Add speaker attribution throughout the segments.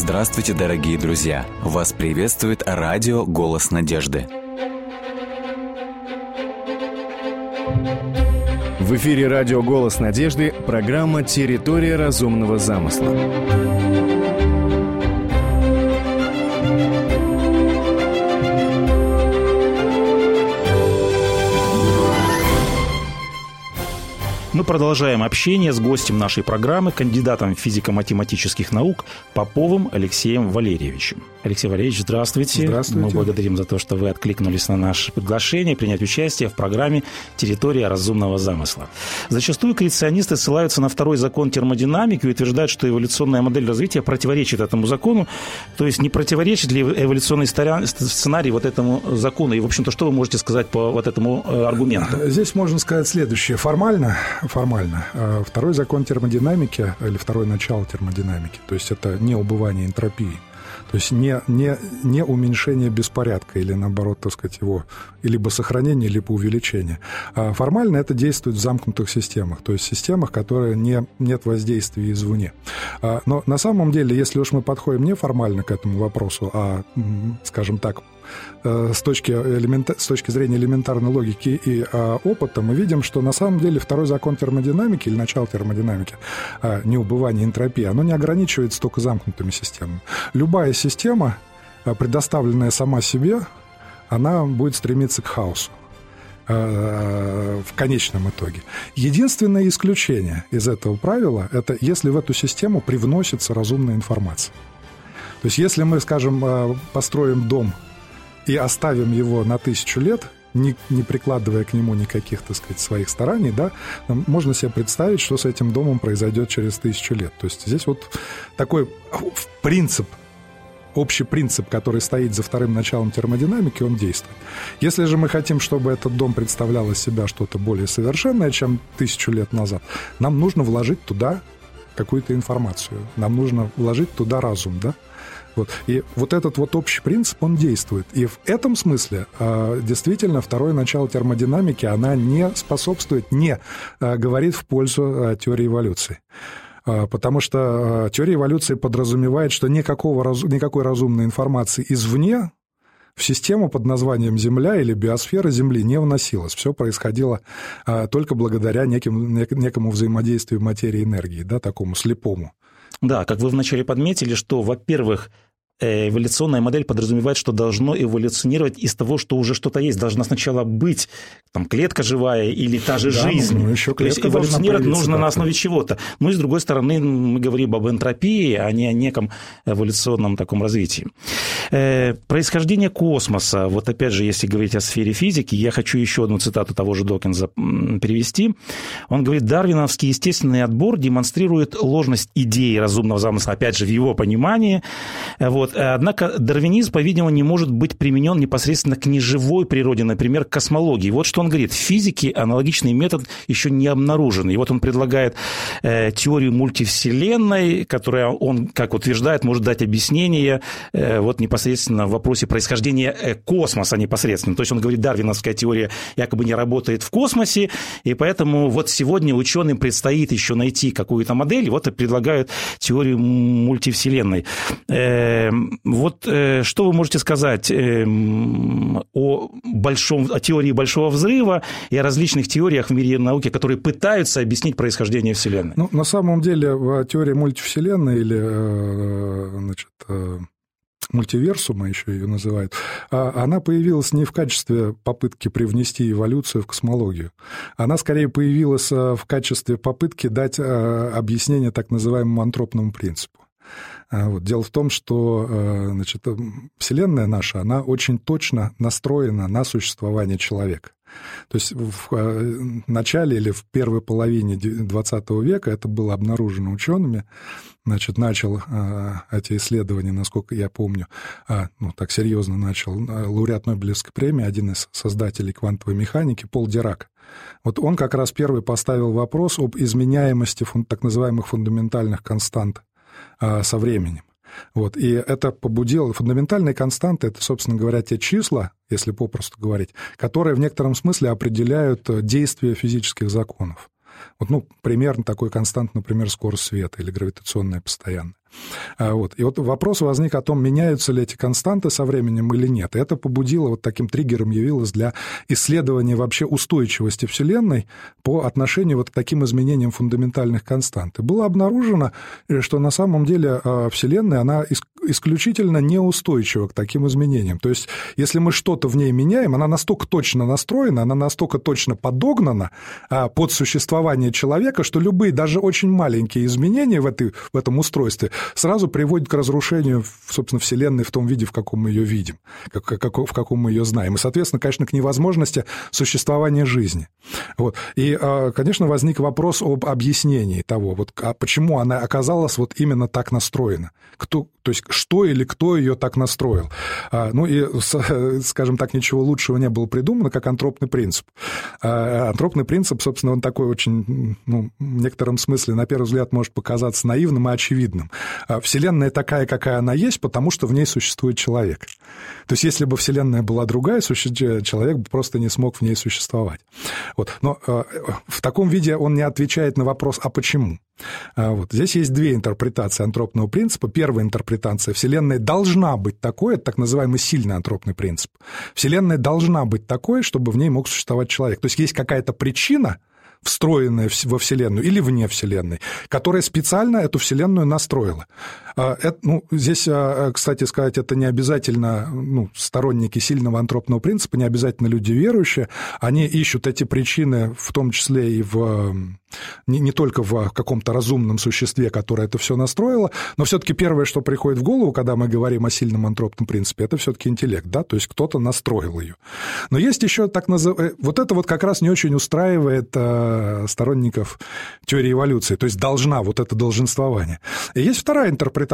Speaker 1: Здравствуйте, дорогие друзья! Вас приветствует радио «Голос надежды».
Speaker 2: В эфире радио «Голос надежды» программа «Территория разумного замысла».
Speaker 3: Мы продолжаем общение с гостем нашей программы, кандидатом физико-математических наук Поповым Алексеем Валерьевичем. Алексей Валерьевич, здравствуйте.
Speaker 4: Здравствуйте.
Speaker 3: Мы благодарим за то, что вы откликнулись на наше приглашение принять участие в программе «Территория разумного замысла». Зачастую креационисты ссылаются на второй закон термодинамики и утверждают, что эволюционная модель развития противоречит этому закону. То есть не противоречит ли эволюционный сценарий вот этому закону? И, в общем-то, что вы можете сказать по вот этому аргументу?
Speaker 4: Здесь можно сказать следующее. Формально второй закон термодинамики или второе начало термодинамики, то есть это не убывание энтропии, то есть не уменьшение беспорядка или, наоборот, так сказать, его либо сохранение, либо увеличение. Формально это действует в замкнутых системах, то есть системах, которые нет воздействия извне. Но на самом деле, если уж мы подходим не формально к этому вопросу, а, скажем так, с точки зрения элементарной логики и опыта, мы видим, что на самом деле второй закон термодинамики или начало термодинамики, неубывание энтропии, оно не ограничивается только замкнутыми системами. Любая система, предоставленная сама себе, она будет стремиться к хаосу в конечном итоге. Единственное исключение из этого правила – это если в эту систему привносится разумная информация. То есть если мы, скажем, построим дом и оставим его на 1000 лет, не прикладывая к нему никаких, так сказать, своих стараний, да, можно себе представить, что с этим домом произойдет через 1000 лет. То есть здесь вот такой принцип, общий принцип, который стоит за вторым началом термодинамики, он действует. Если же мы хотим, чтобы этот дом представлял из себя что-то более совершенное, чем 1000 лет назад, нам нужно вложить туда какую-то информацию, нам нужно вложить туда разум, да? Вот. И вот этот вот общий принцип, он действует. И в этом смысле действительно второе начало термодинамики, она не способствует, не говорит в пользу теории эволюции. Потому что теория эволюции подразумевает, что никакой разумной информации извне в систему под названием Земля или биосфера Земли не вносилось. Все происходило только благодаря некому взаимодействию материи и энергии, да, такому слепому.
Speaker 3: Да, как вы вначале подметили, что, во-первых, эволюционная модель подразумевает, что должно эволюционировать из того, что уже что-то есть. Должна сначала быть там, клетка живая или та же жизнь.
Speaker 4: Еще
Speaker 3: то есть эволюционировать нужно на основе чего-то. Ну и с другой стороны, мы говорим об энтропии, а не о неком эволюционном таком развитии. Происхождение космоса. Вот опять же, если говорить о сфере физики, я хочу еще одну цитату того же Докинза перевести. Он говорит: дарвиновский естественный отбор демонстрирует ложность идеи разумного замысла, опять же, в его понимании. Вот. Однако дарвинизм, по-видимому, не может быть применен непосредственно к неживой природе, например, к космологии. Вот что он говорит. В физике аналогичный метод еще не обнаружен. И вот он предлагает теорию мультивселенной, которая, он, как утверждает, может дать объяснение вот непосредственно в вопросе происхождения космоса непосредственно. То есть он говорит, дарвиновская теория якобы не работает в космосе, и поэтому вот сегодня ученым предстоит еще найти какую-то модель, и вот предлагают теорию мультивселенной. Вот что вы можете сказать о теории Большого взрыва и о различных теориях в мире науки, которые пытаются объяснить происхождение Вселенной?
Speaker 4: Ну, на самом деле, теория мультивселенной или, значит, мультиверсума еще ее называют, она появилась не в качестве попытки привнести эволюцию в космологию. Она скорее появилась в качестве попытки дать объяснение так называемому антропному принципу. Вот. Дело в том, что, значит, Вселенная наша, она очень точно настроена на существование человека. То есть в начале или в первой половине XX века это было обнаружено учеными. Значит, начал эти исследования, насколько я помню, так серьезно начал лауреат Нобелевской премии, один из создателей квантовой механики, Пол Дирак. Вот он как раз первый поставил вопрос об изменяемости так называемых фундаментальных констант со временем. Вот. И это побудило... Фундаментальные константы — это, собственно говоря, те числа, если попросту говорить, которые в некотором смысле определяют действие физических законов. Вот, примерно такой констант, например, скорость света или гравитационное постоянное. Вот. И вот вопрос возник о том, меняются ли эти константы со временем или нет. И это побудило, вот таким триггером явилось для исследования вообще устойчивости Вселенной по отношению вот к таким изменениям фундаментальных констант. И было обнаружено, что на самом деле Вселенная, она исключительно неустойчива к таким изменениям. То есть, если мы что-то в ней меняем, она настолько точно настроена, она настолько точно подогнана под существование человека, что любые, даже очень маленькие изменения в этом устройстве сразу приводят к разрушению, собственно, Вселенной в том виде, в каком мы ее видим, в каком мы ее знаем. И, соответственно, конечно, к невозможности существования жизни. Вот. И, конечно, возник вопрос об объяснении того, вот, почему она оказалась вот именно так настроена. То есть, что или кто ее так настроил. Ну и, скажем так, ничего лучшего не было придумано, как антропный принцип. Антропный принцип, собственно, он такой очень, в некотором смысле, на первый взгляд, может показаться наивным и очевидным. Вселенная такая, какая она есть, потому что в ней существует человек. То есть, если бы Вселенная была другая, человек бы просто не смог в ней существовать. Вот. Но в таком виде он не отвечает на вопрос «а почему?». Вот. Здесь есть две интерпретации антропного принципа. Первая интерпретация – Вселенная должна быть такой, это так называемый сильный антропный принцип. Вселенная должна быть такой, чтобы в ней мог существовать человек. То есть, есть какая-то причина, встроенная во Вселенную или вне Вселенной, которая специально эту Вселенную настроила. Здесь, кстати сказать, это не обязательно сторонники сильного антропного принципа, не обязательно люди верующие, они ищут эти причины в том числе и не только в каком-то разумном существе, которое это все настроило, но все-таки первое, что приходит в голову, когда мы говорим о сильном антропном принципе, это все-таки интеллект, да, то есть кто-то настроил ее. Но есть еще так называемый... Вот это вот как раз не очень устраивает сторонников теории эволюции, то есть вот это долженствование. И есть вторая интерпретация,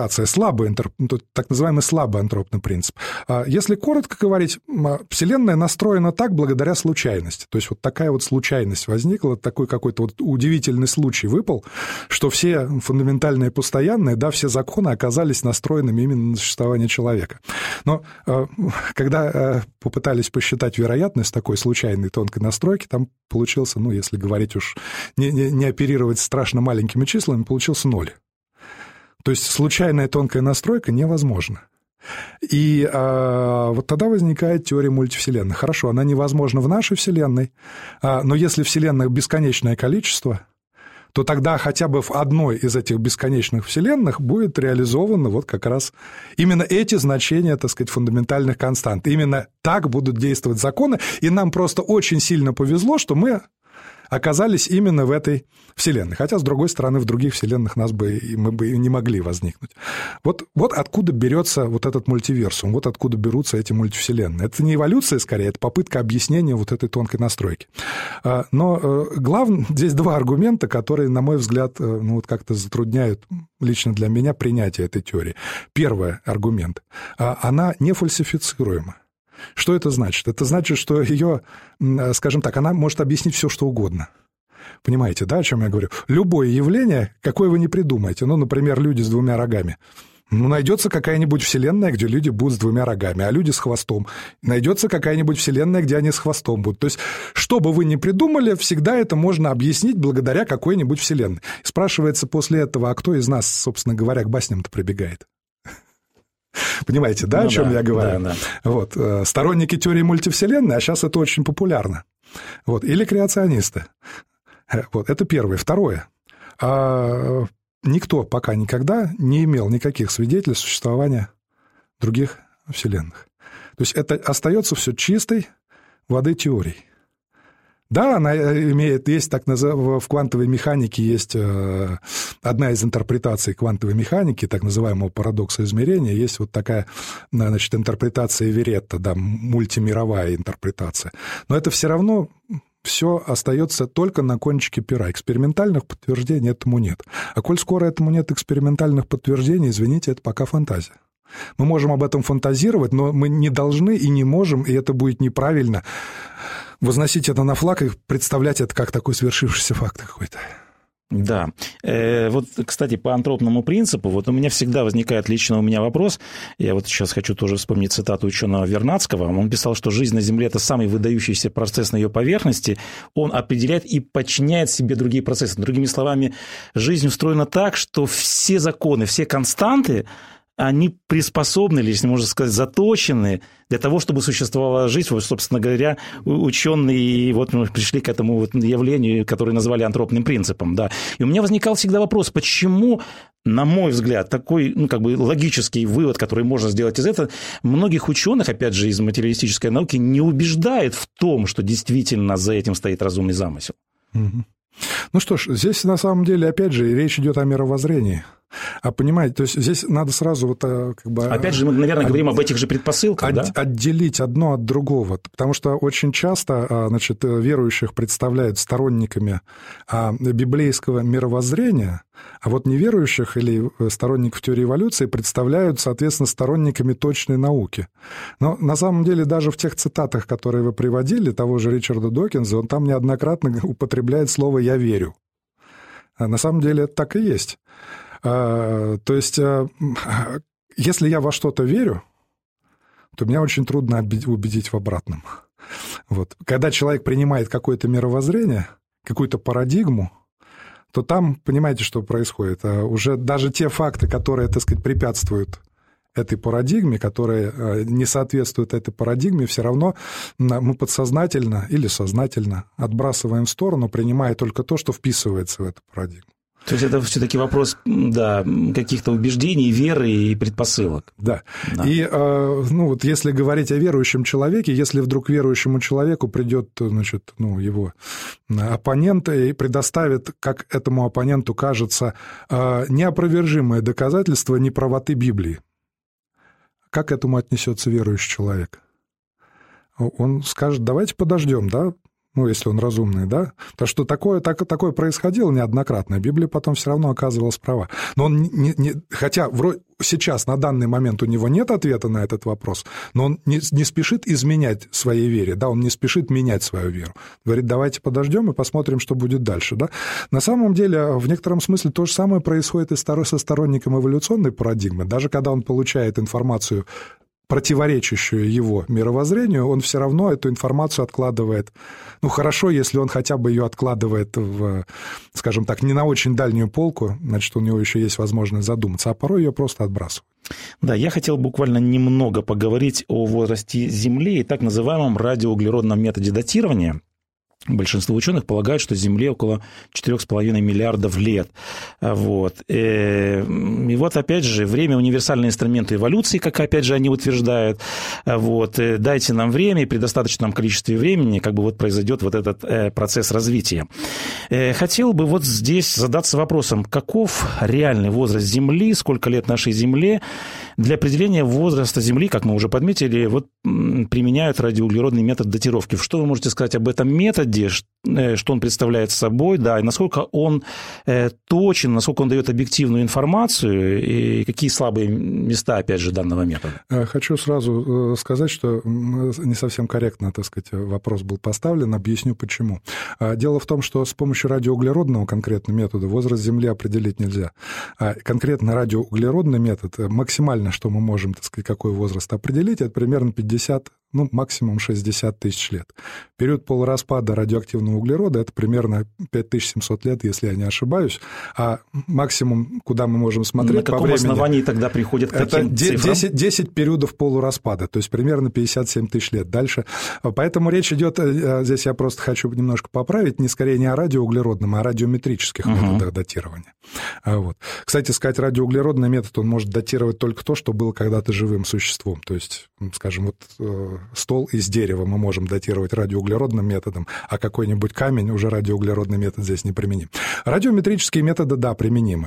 Speaker 4: так называемый слабый антропный принцип. Если коротко говорить, Вселенная настроена так благодаря случайности, то есть вот такая вот случайность возникла, такой какой-то вот удивительный случай выпал, что все фундаментальные постоянные, да, все законы оказались настроенными именно на существование человека. Но когда попытались посчитать вероятность такой случайной тонкой настройки, там получился, если говорить уж не оперировать страшно маленькими числами, получился 0. То есть случайная тонкая настройка невозможна. И вот тогда возникает теория мультивселенных. Хорошо, она невозможна в нашей Вселенной, но если Вселенных бесконечное количество, то тогда хотя бы в одной из этих бесконечных Вселенных будет реализовано вот как раз именно эти значения, так сказать, фундаментальных констант. Именно так будут действовать законы, и нам просто очень сильно повезло, что мы оказались именно в этой Вселенной. Хотя, с другой стороны, в других Вселенных мы бы и не могли возникнуть. Вот откуда берется вот этот мультиверсум, вот откуда берутся эти мультивселенные. Это не эволюция, скорее, это попытка объяснения вот этой тонкой настройки. Но здесь два аргумента, которые, на мой взгляд, как-то затрудняют лично для меня принятие этой теории. Первый аргумент. Она не фальсифицируема. Что это значит? Это значит, что ее, скажем так, она может объяснить все, что угодно. Понимаете, да, о чем я говорю? Любое явление, какое вы ни придумаете, например, люди с 2 рогами. Найдется какая-нибудь вселенная, где люди будут с 2 рогами, а люди с хвостом. Найдется какая-нибудь вселенная, где они с хвостом будут. То есть, что бы вы ни придумали, всегда это можно объяснить благодаря какой-нибудь вселенной. И спрашивается после этого, а кто из нас, собственно говоря, к басням-то прибегает? Понимаете, да, о чем я говорю? Да. Вот. Сторонники теории мультивселенной, а сейчас это очень популярно. Вот. Или креационисты. Вот. Это первое. Второе. Никто пока никогда не имел никаких свидетельств существования других вселенных. То есть это остается все чистой воды теорией. Да, она есть в квантовой механике есть одна из интерпретаций квантовой механики, так называемого парадокса измерения, есть вот такая, интерпретация Эверетта, да, мультимировая интерпретация. Но это все равно все остается только на кончике пера. Экспериментальных подтверждений этому нет. А коль скоро этому нет экспериментальных подтверждений, извините, это пока фантазия. Мы можем об этом фантазировать, но мы не должны и не можем, и это будет неправильно, возносить это на флаг и представлять это как такой свершившийся факт какой-то.
Speaker 3: Да. Вот, кстати, по антропному принципу, вот у меня всегда возникает лично у меня вопрос, я вот сейчас хочу тоже вспомнить цитату ученого Вернадского, он писал, что жизнь на Земле – это самый выдающийся процесс на ее поверхности, он определяет и подчиняет себе другие процессы. Другими словами, жизнь устроена так, что все законы, все константы, они приспособлены, или, если можно сказать, заточены для того, чтобы существовала жизнь. Вот, собственно говоря, ученые вот мы пришли к этому вот явлению, которое назвали антропным принципом. Да. И у меня возникал всегда вопрос, почему, на мой взгляд, такой логический вывод, который можно сделать из этого, многих ученых, опять же, из материалистической науки, не убеждает в том, что действительно за этим стоит разумный замысел.
Speaker 4: Ну что ж, здесь на самом деле, опять же, речь идет о мировоззрении. А понимаете, то есть здесь надо сразу вот как бы...
Speaker 3: Опять же, мы, наверное, говорим об этих же предпосылках, да?
Speaker 4: Отделить одно от другого, потому что очень часто, значит, верующих представляют сторонниками библейского мировоззрения, а вот неверующих или сторонников теории эволюции представляют, соответственно, сторонниками точной науки. Но на самом деле даже в тех цитатах, которые вы приводили, того же Ричарда Докинза, он там неоднократно употребляет слово «я верю». На самом деле это так и есть. То есть, если я во что-то верю, то меня очень трудно убедить в обратном. Вот. Когда человек принимает какое-то мировоззрение, какую-то парадигму, то там, понимаете, что происходит? Уже даже те факты, которые, так сказать, препятствуют этой парадигме, которые не соответствуют этой парадигме, все равно мы подсознательно или сознательно отбрасываем в сторону, принимая только то, что вписывается в эту парадигму.
Speaker 3: То есть это все-таки вопрос, да, каких-то убеждений, веры и предпосылок.
Speaker 4: Да. И вот если говорить о верующем человеке, если вдруг верующему человеку придет, значит, его оппонент и предоставит, как этому оппоненту кажется, неопровержимое доказательство неправоты Библии, как к этому отнесется верующий человек? Он скажет: давайте подождем, да? Если он разумный, да? Потому что такое происходило неоднократно. Библия потом все равно оказывалась права. Но он хотя сейчас, на данный момент, у него нет ответа на этот вопрос, но он не спешит изменять своей вере, да? Он не спешит менять свою веру. Говорит: давайте подождем и посмотрим, что будет дальше, да? На самом деле, в некотором смысле то же самое происходит и со сторонником эволюционной парадигмы. Даже когда он получает информацию, противоречащую его мировоззрению, он все равно эту информацию откладывает. Хорошо, если он хотя бы ее откладывает в, скажем так, не на очень дальнюю полку, значит, у него еще есть возможность задуматься, а порой ее просто отбрасывают.
Speaker 3: Да, я хотел буквально немного поговорить о возрасте Земли и так называемом радиоуглеродном методе датирования. Большинство ученых полагают, что Земле около 4,5 миллиардов лет. Вот. И вот, опять же, время – универсальный инструмент эволюции, как, опять же, они утверждают. Вот. Дайте нам время, и при достаточном количестве времени произойдет вот этот процесс развития. Хотел бы вот здесь задаться вопросом, каков реальный возраст Земли, сколько лет нашей Земле. Для определения возраста Земли, как мы уже подметили, применяют радиоуглеродный метод датировки. Что вы можете сказать об этом методе? Что он представляет собой, да, и насколько он точен, насколько он дает объективную информацию, и какие слабые места, опять же, данного метода?
Speaker 4: Хочу сразу сказать, что не совсем корректно, так сказать, вопрос был поставлен, объясню почему. Дело в том, что с помощью радиоуглеродного конкретно метода возраст Земли определить нельзя. Конкретно радиоуглеродный метод, максимально, что мы можем, так сказать, какой возраст определить, это примерно 50, максимум 60 тысяч лет. Период полураспада радиоактивного углерода – это примерно 5700 лет, если я не ошибаюсь, а максимум, куда мы можем смотреть по времени… На каком основании
Speaker 3: тогда приходят к таким цифрам?
Speaker 4: 10 периодов полураспада, то есть примерно 57 тысяч лет. Дальше. Поэтому речь идет, здесь я просто хочу немножко поправить, скорее не о радиоуглеродном, а о радиометрических методах датирования. Вот. Кстати сказать, радиоуглеродный метод, он может датировать только то, что было когда-то живым существом. То есть, скажем, стол из дерева мы можем датировать радиоуглеродным методом, а какой-нибудь камень уже радиоуглеродный метод здесь не применим. Радиометрические методы, да, применимы.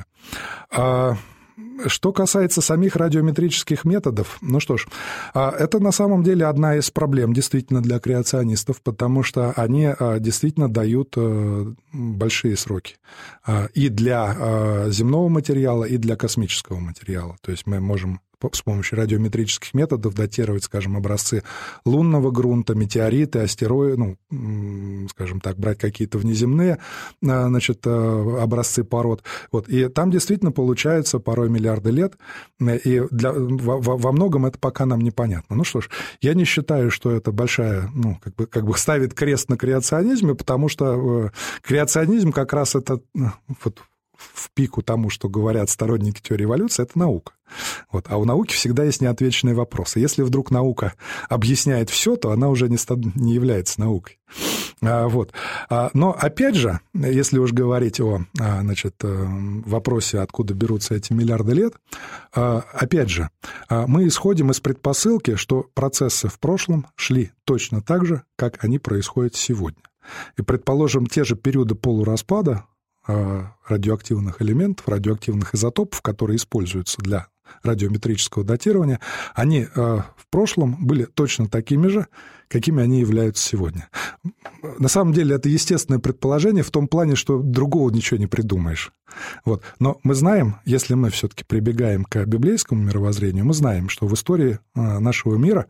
Speaker 4: Что касается самих радиометрических методов, это на самом деле одна из проблем действительно для креационистов, потому что они действительно дают большие сроки и для земного материала, и для космического материала. То есть мы можем с помощью радиометрических методов датировать, скажем, образцы лунного грунта, метеориты, астероиды, скажем так, брать какие-то внеземные, значит, образцы пород. Вот. И там действительно получается порой миллиарды лет, и во многом это пока нам непонятно. Ну что ж, я не считаю, что это большая, ну, как бы ставит крест на креационизме, потому что креационизм как раз это вот в пику тому, что говорят сторонники теории эволюции, это наука. Вот. А у науки всегда есть неотвеченные вопросы. Если вдруг наука объясняет все, то она уже не является наукой. Вот. Но, опять же, если уж говорить о, значит, вопросе, откуда берутся эти миллиарды лет, опять же, мы исходим из предпосылки, что процессы в прошлом шли точно так же, как они происходят сегодня. И, предположим, те же периоды полураспада радиоактивных элементов, радиоактивных изотопов, которые используются для радиометрического датирования, они в прошлом были точно такими же, какими они являются сегодня. На самом деле это естественное предположение в том плане, что другого ничего не придумаешь. Вот. Но мы знаем, если мы все-таки прибегаем к библейскому мировоззрению, мы знаем, что в истории нашего мира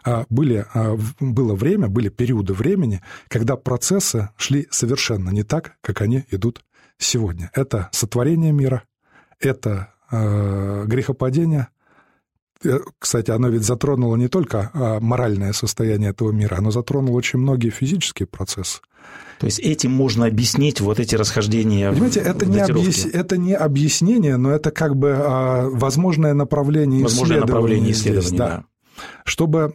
Speaker 4: было время, были периоды времени, когда процессы шли совершенно не так, как они идут сегодня. Это сотворение мира, это грехопадение. Кстати, оно ведь затронуло не только моральное состояние этого мира, оно затронуло очень многие физические процессы.
Speaker 3: То есть этим можно объяснить вот эти расхождения.
Speaker 4: Понимаете, это не объяснение, но это как бы возможное направление исследования. Да. Чтобы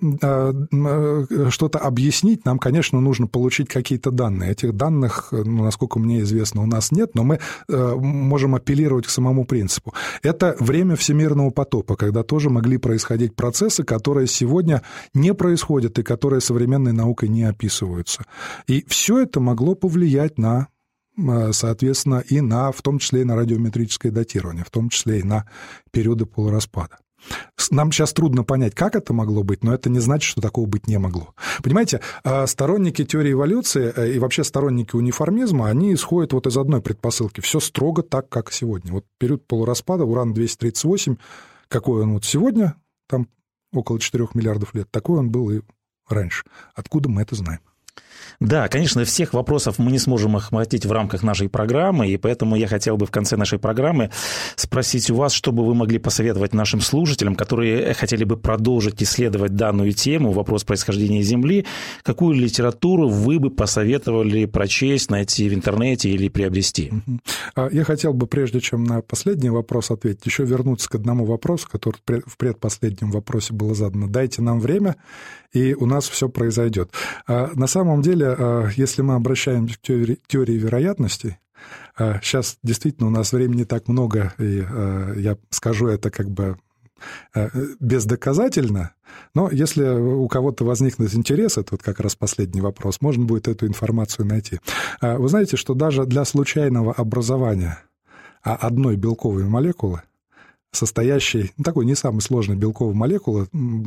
Speaker 4: что-то объяснить, нам, конечно, нужно получить какие-то данные. Этих данных, насколько мне известно, у нас нет, но мы можем апеллировать к самому принципу. Это время всемирного потопа, когда тоже могли происходить процессы, которые сегодня не происходят и которые современной наукой не описываются. И все это могло повлиять на, соответственно, и на, в том числе и на радиометрическое датирование, в том числе и на периоды полураспада. Нам сейчас трудно понять, как это могло быть, но это не значит, что такого быть не могло. Понимаете, сторонники теории эволюции и вообще сторонники униформизма, они исходят вот из одной предпосылки. Все строго так, как сегодня. Вот период полураспада, уран-238, какой он вот сегодня, там около 4 миллиардов лет, такой он был и раньше. Откуда мы это знаем?
Speaker 3: Да, конечно, всех вопросов мы не сможем охватить в рамках нашей программы, и поэтому я хотел бы в конце нашей программы спросить у вас, что бы вы могли посоветовать нашим слушателям, которые хотели бы продолжить исследовать данную тему, вопрос происхождения Земли, какую литературу вы бы посоветовали прочесть, найти в интернете или приобрести?
Speaker 4: Я хотел бы, прежде чем на последний вопрос ответить, еще вернуться к одному вопросу, который в предпоследнем вопросе было задано. Дайте нам время, и у нас все произойдет. На самом деле, если мы обращаемся к теории вероятностей, сейчас действительно у нас времени не так много, и я скажу это как бы бездоказательно, но если у кого-то возникнет интерес, это вот как раз последний вопрос, можно будет эту информацию найти. Вы знаете, что даже для случайного образования одной белковой молекулы, состоящей, такой не самой сложной белковой молекулы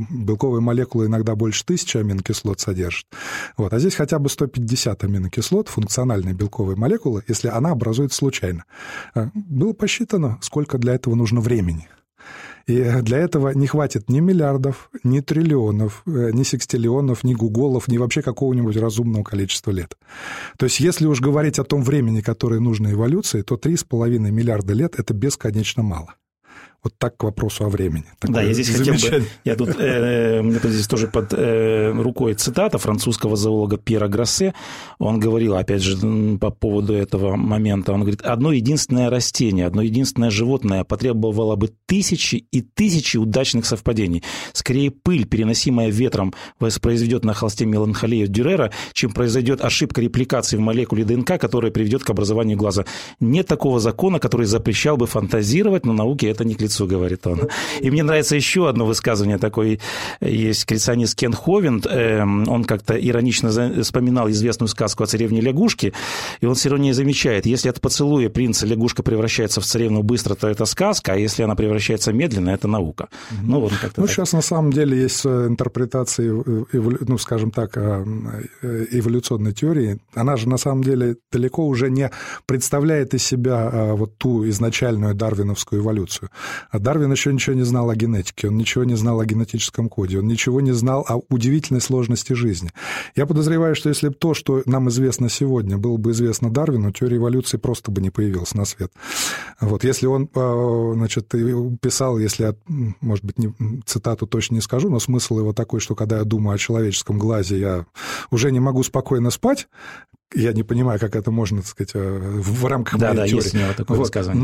Speaker 4: иногда больше 1000 аминокислот содержит, вот, а здесь хотя бы 150 аминокислот функциональной белковой молекулы, если она образуется случайно. Было посчитано, сколько для этого нужно времени. И для этого не хватит ни миллиардов, ни триллионов, ни секстиллионов, ни гуголов, ни вообще какого-нибудь разумного количества лет. То есть, если уж говорить о том времени, которое нужно эволюции, то 3,5 миллиарда лет – это бесконечно мало. Вот так к вопросу о времени.
Speaker 3: Да, я здесь хотел бы... У меня тут здесь тоже под рукой цитата французского зоолога Пьера Гроссе. Он говорил, опять же, по поводу этого момента, он говорит, одно единственное растение, одно единственное животное потребовало бы тысячи и тысячи удачных совпадений. Скорее, пыль, переносимая ветром, воспроизведет на холсте меланхолию Дюрера, чем произойдет ошибка репликации в молекуле ДНК, которая приведет к образованию глаза. Нет такого закона, который запрещал бы фантазировать, но науке это не к лицу, говорит он. И мне нравится еще одно высказывание такое. Есть креационист Кен Ховинд, он как-то иронично вспоминал известную сказку о царевне-лягушке, и он с иронией замечает, если от поцелуя принца лягушка превращается в царевну быстро, то это сказка, а если она превращается медленно, это наука. Ну, вот как-то так.
Speaker 4: Сейчас на самом деле есть интерпретация, скажем так, эволюционной теории. Она же на самом деле далеко уже не представляет из себя вот ту изначальную дарвиновскую эволюцию. А Дарвин еще ничего не знал о генетике, он ничего не знал о генетическом коде, он ничего не знал о удивительной сложности жизни. Я подозреваю, что если бы то, что нам известно сегодня, было бы известно Дарвину, теория эволюции просто бы не появилась на свет. Вот, если он, значит, писал, если я, может быть, цитату точно не скажу, но смысл его такой, что когда я думаю о человеческом глазе, я уже не могу спокойно спать. Я не понимаю, как это можно, так сказать, в рамках моей теории. Да, есть у него такое высказывание.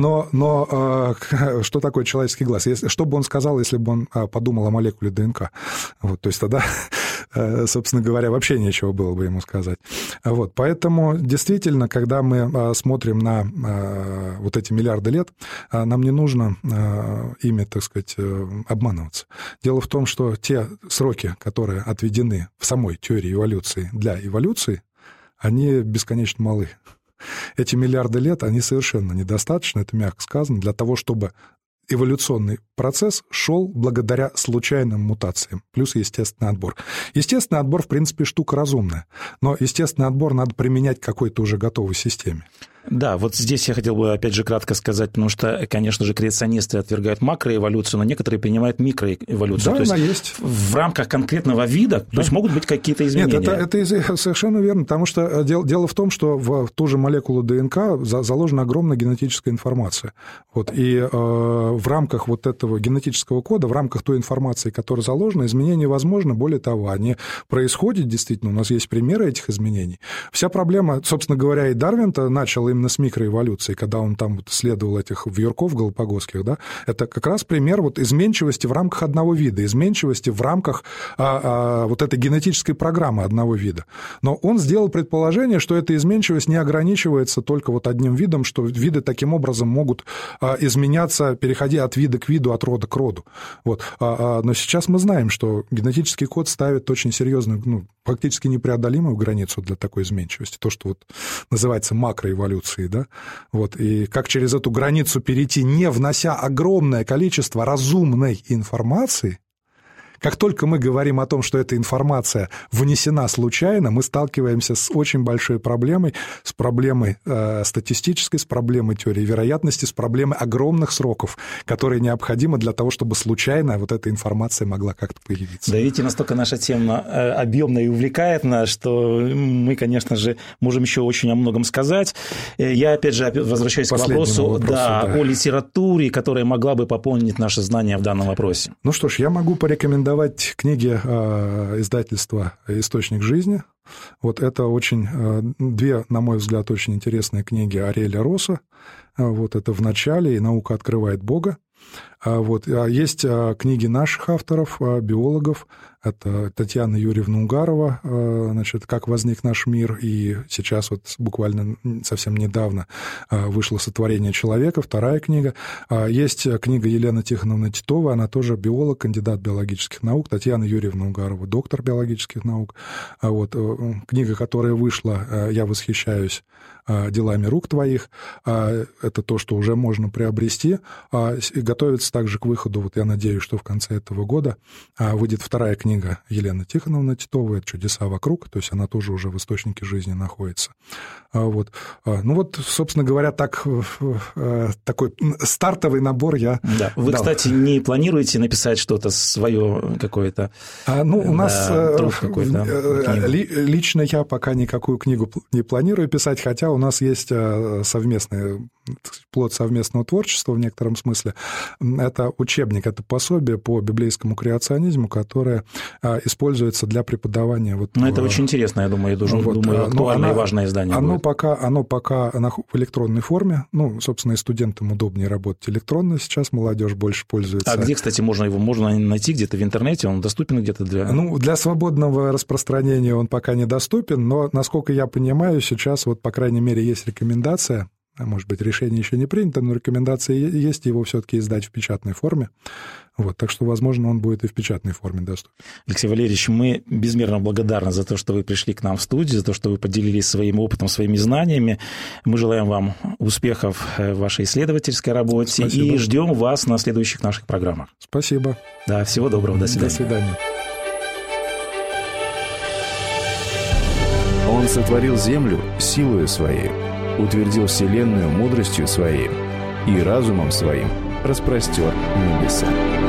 Speaker 4: Но что такое человеческий глаз? Что бы он сказал, если бы он подумал о молекуле ДНК? Вот, то есть тогда, собственно говоря, вообще нечего было бы ему сказать. Вот, поэтому действительно, когда мы смотрим на вот эти миллиарды лет, нам не нужно ими, так сказать, обманываться. Дело в том, что те сроки, которые отведены в самой теории эволюции для эволюции, они бесконечно малы. Эти миллиарды лет, они совершенно недостаточны, это мягко сказано, для того, чтобы эволюционный процесс шел благодаря случайным мутациям, плюс естественный отбор. Естественный отбор, в принципе, штука разумная, но естественный отбор надо применять к какой-то уже готовой системе.
Speaker 3: Да, вот здесь я хотел бы, опять же, кратко сказать, потому что, конечно же, креационисты отвергают макроэволюцию, но некоторые принимают микроэволюцию.
Speaker 4: Да,
Speaker 3: то
Speaker 4: она есть.
Speaker 3: В рамках конкретного вида, то есть могут быть какие-то изменения.
Speaker 4: Нет, это совершенно верно, потому что дело в том, что в ту же молекулу ДНК заложена огромная генетическая информация. Вот, и в рамках вот этого генетического кода, в рамках той информации, которая заложена, изменения возможны. Более того, они происходят действительно, у нас есть примеры этих изменений. Вся проблема, собственно говоря, и Дарвин-то начал именно с микроэволюции, когда он там вот исследовал этих вьюрков галапагосских, да, это как раз пример вот изменчивости в рамках одного вида, изменчивости в рамках вот этой генетической программы одного вида. Но он сделал предположение, что эта изменчивость не ограничивается только вот одним видом, что виды таким образом могут изменяться, переходя от вида к виду, от рода к роду. Вот. Но сейчас мы знаем, что генетический код ставит очень серьезную, фактически непреодолимую границу для такой изменчивости, то, что вот называется макроэволюцией. Да? Вот. И как через эту границу перейти, не внося огромное количество разумной информации, как только мы говорим о том, что эта информация внесена случайно, мы сталкиваемся с очень большой проблемой, с проблемой статистической, с проблемой теории вероятности, с проблемой огромных сроков, которые необходимы для того, чтобы случайно вот эта информация могла как-то появиться.
Speaker 3: Да, видите, настолько наша тема объемная и увлекает нас, что мы, конечно же, можем еще очень о многом сказать. Я, опять же, возвращаюсь к вопросу о литературе, которая могла бы пополнить наши знания в данном вопросе.
Speaker 4: Ну что ж, я могу порекомендовать книги издательства «Источник жизни». Вот это две, на мой взгляд, очень интересные книги Ариэля Росса. Вот это «В начале» и «Наука открывает Бога». Вот. Есть книги наших авторов, биологов. Это Татьяна Юрьевна Угарова, значит, «Как возник наш мир», и сейчас вот буквально совсем недавно вышло «Сотворение человека», вторая книга. Есть книга Елены Тихоновны Титовой, она тоже биолог, кандидат биологических наук, Татьяна Юрьевна Угарова, доктор биологических наук. Вот. Книга, которая вышла, «Я восхищаюсь делами рук твоих», это то, что уже можно приобрести. И готовится также к выходу, вот я надеюсь, что в конце этого года выйдет вторая книга Елены Тихоновны Титовой «Это чудеса вокруг», то есть она тоже уже в «Источнике жизни» находится. Вот. Ну вот, собственно говоря, такой стартовый набор я
Speaker 3: дал. Вы, кстати, не планируете написать что-то свое какое-то?
Speaker 4: У нас лично я пока никакую книгу не планирую писать, хотя у нас есть совместный плод совместного творчества в некотором смысле. Это учебник, это пособие по библейскому креационизму, которое используется для преподавания.
Speaker 3: Это очень интересно, я думаю, актуальное и важное издание.
Speaker 4: Оно пока в электронной форме. Собственно, и студентам удобнее работать электронно. Сейчас молодежь больше пользуется.
Speaker 3: А где, кстати, можно найти где-то в интернете? Он доступен где-то для...
Speaker 4: Для свободного распространения он пока недоступен, но, насколько я понимаю, сейчас, по крайней мере, есть рекомендация. Может быть, решение еще не принято, но рекомендация есть его все-таки издать в печатной форме. Вот, так что, возможно, он будет и в печатной форме доступен.
Speaker 3: Алексей Валерьевич, мы безмерно благодарны за то, что вы пришли к нам в студию, за то, что вы поделились своим опытом, своими знаниями. Мы желаем вам успехов в вашей исследовательской работе. Спасибо. И ждем вас на следующих наших программах.
Speaker 4: Спасибо.
Speaker 3: Да, всего доброго. До свидания.
Speaker 4: До свидания.
Speaker 2: Он сотворил землю силою своей, утвердил вселенную мудростью своей и разумом своим распростер небеса.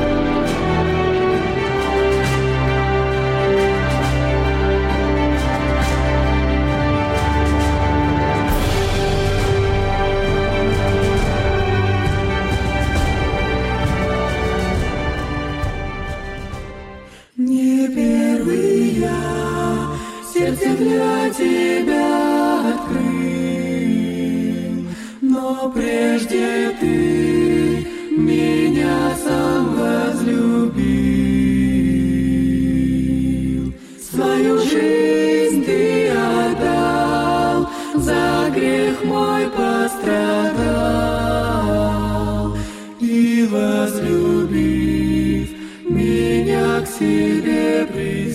Speaker 5: Не первый я, сердце для тебя открыл, но прежде ты меня сам возлюбил. Свою жизнь ты отдал, за грех мой пострадал, и возлюбив меня к себе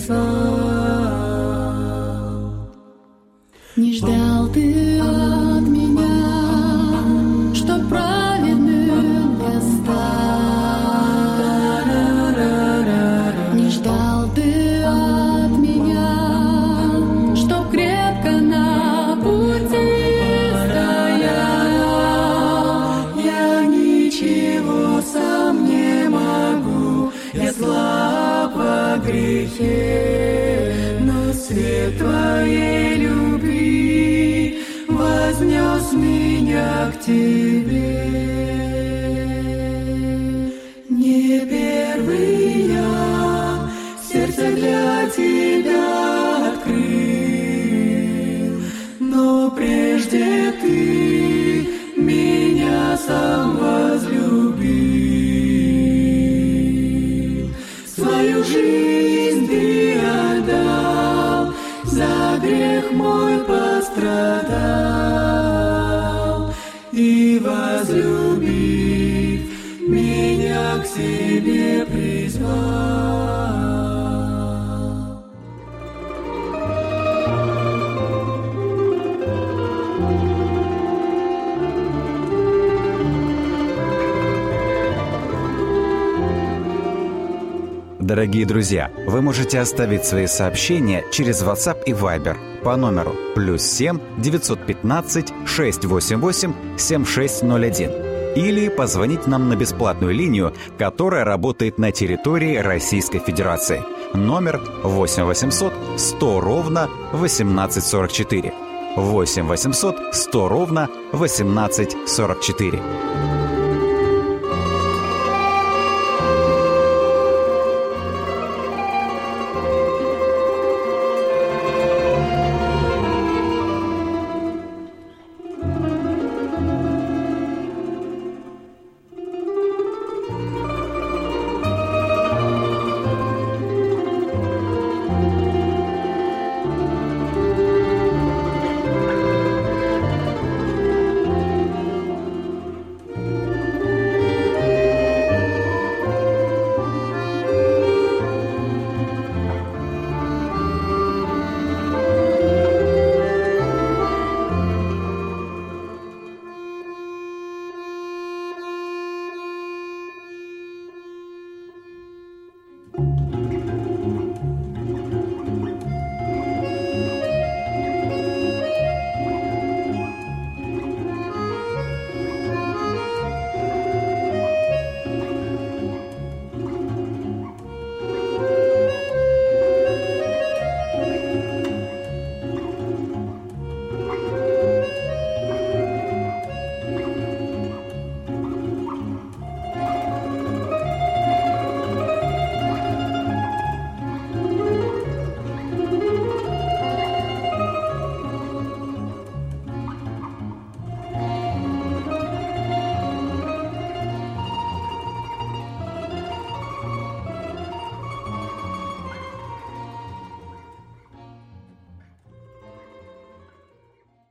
Speaker 5: призвал.
Speaker 6: Не ждал ты от меня, что праведным я стал. Не ждал ты от меня, чтоб крепко на пути стоял. Я ничего сам не могу, я слаб во грехе, но свет Твоей любви вознес меня к Тебе. Не первый я, сердце для Тебя открыл, но прежде Ты меня сам возлюбил. Свою жизнь ты отдал, за грех мой пострадал, и возлюбив меня к себе призвал.
Speaker 1: Дорогие друзья, вы можете оставить свои сообщения через WhatsApp и Viber по номеру +7 915 688 7601 или позвонить нам на бесплатную линию, которая работает на территории Российской Федерации. Номер 8 800 100 ровно 1844. 8 800 100 ровно 1844.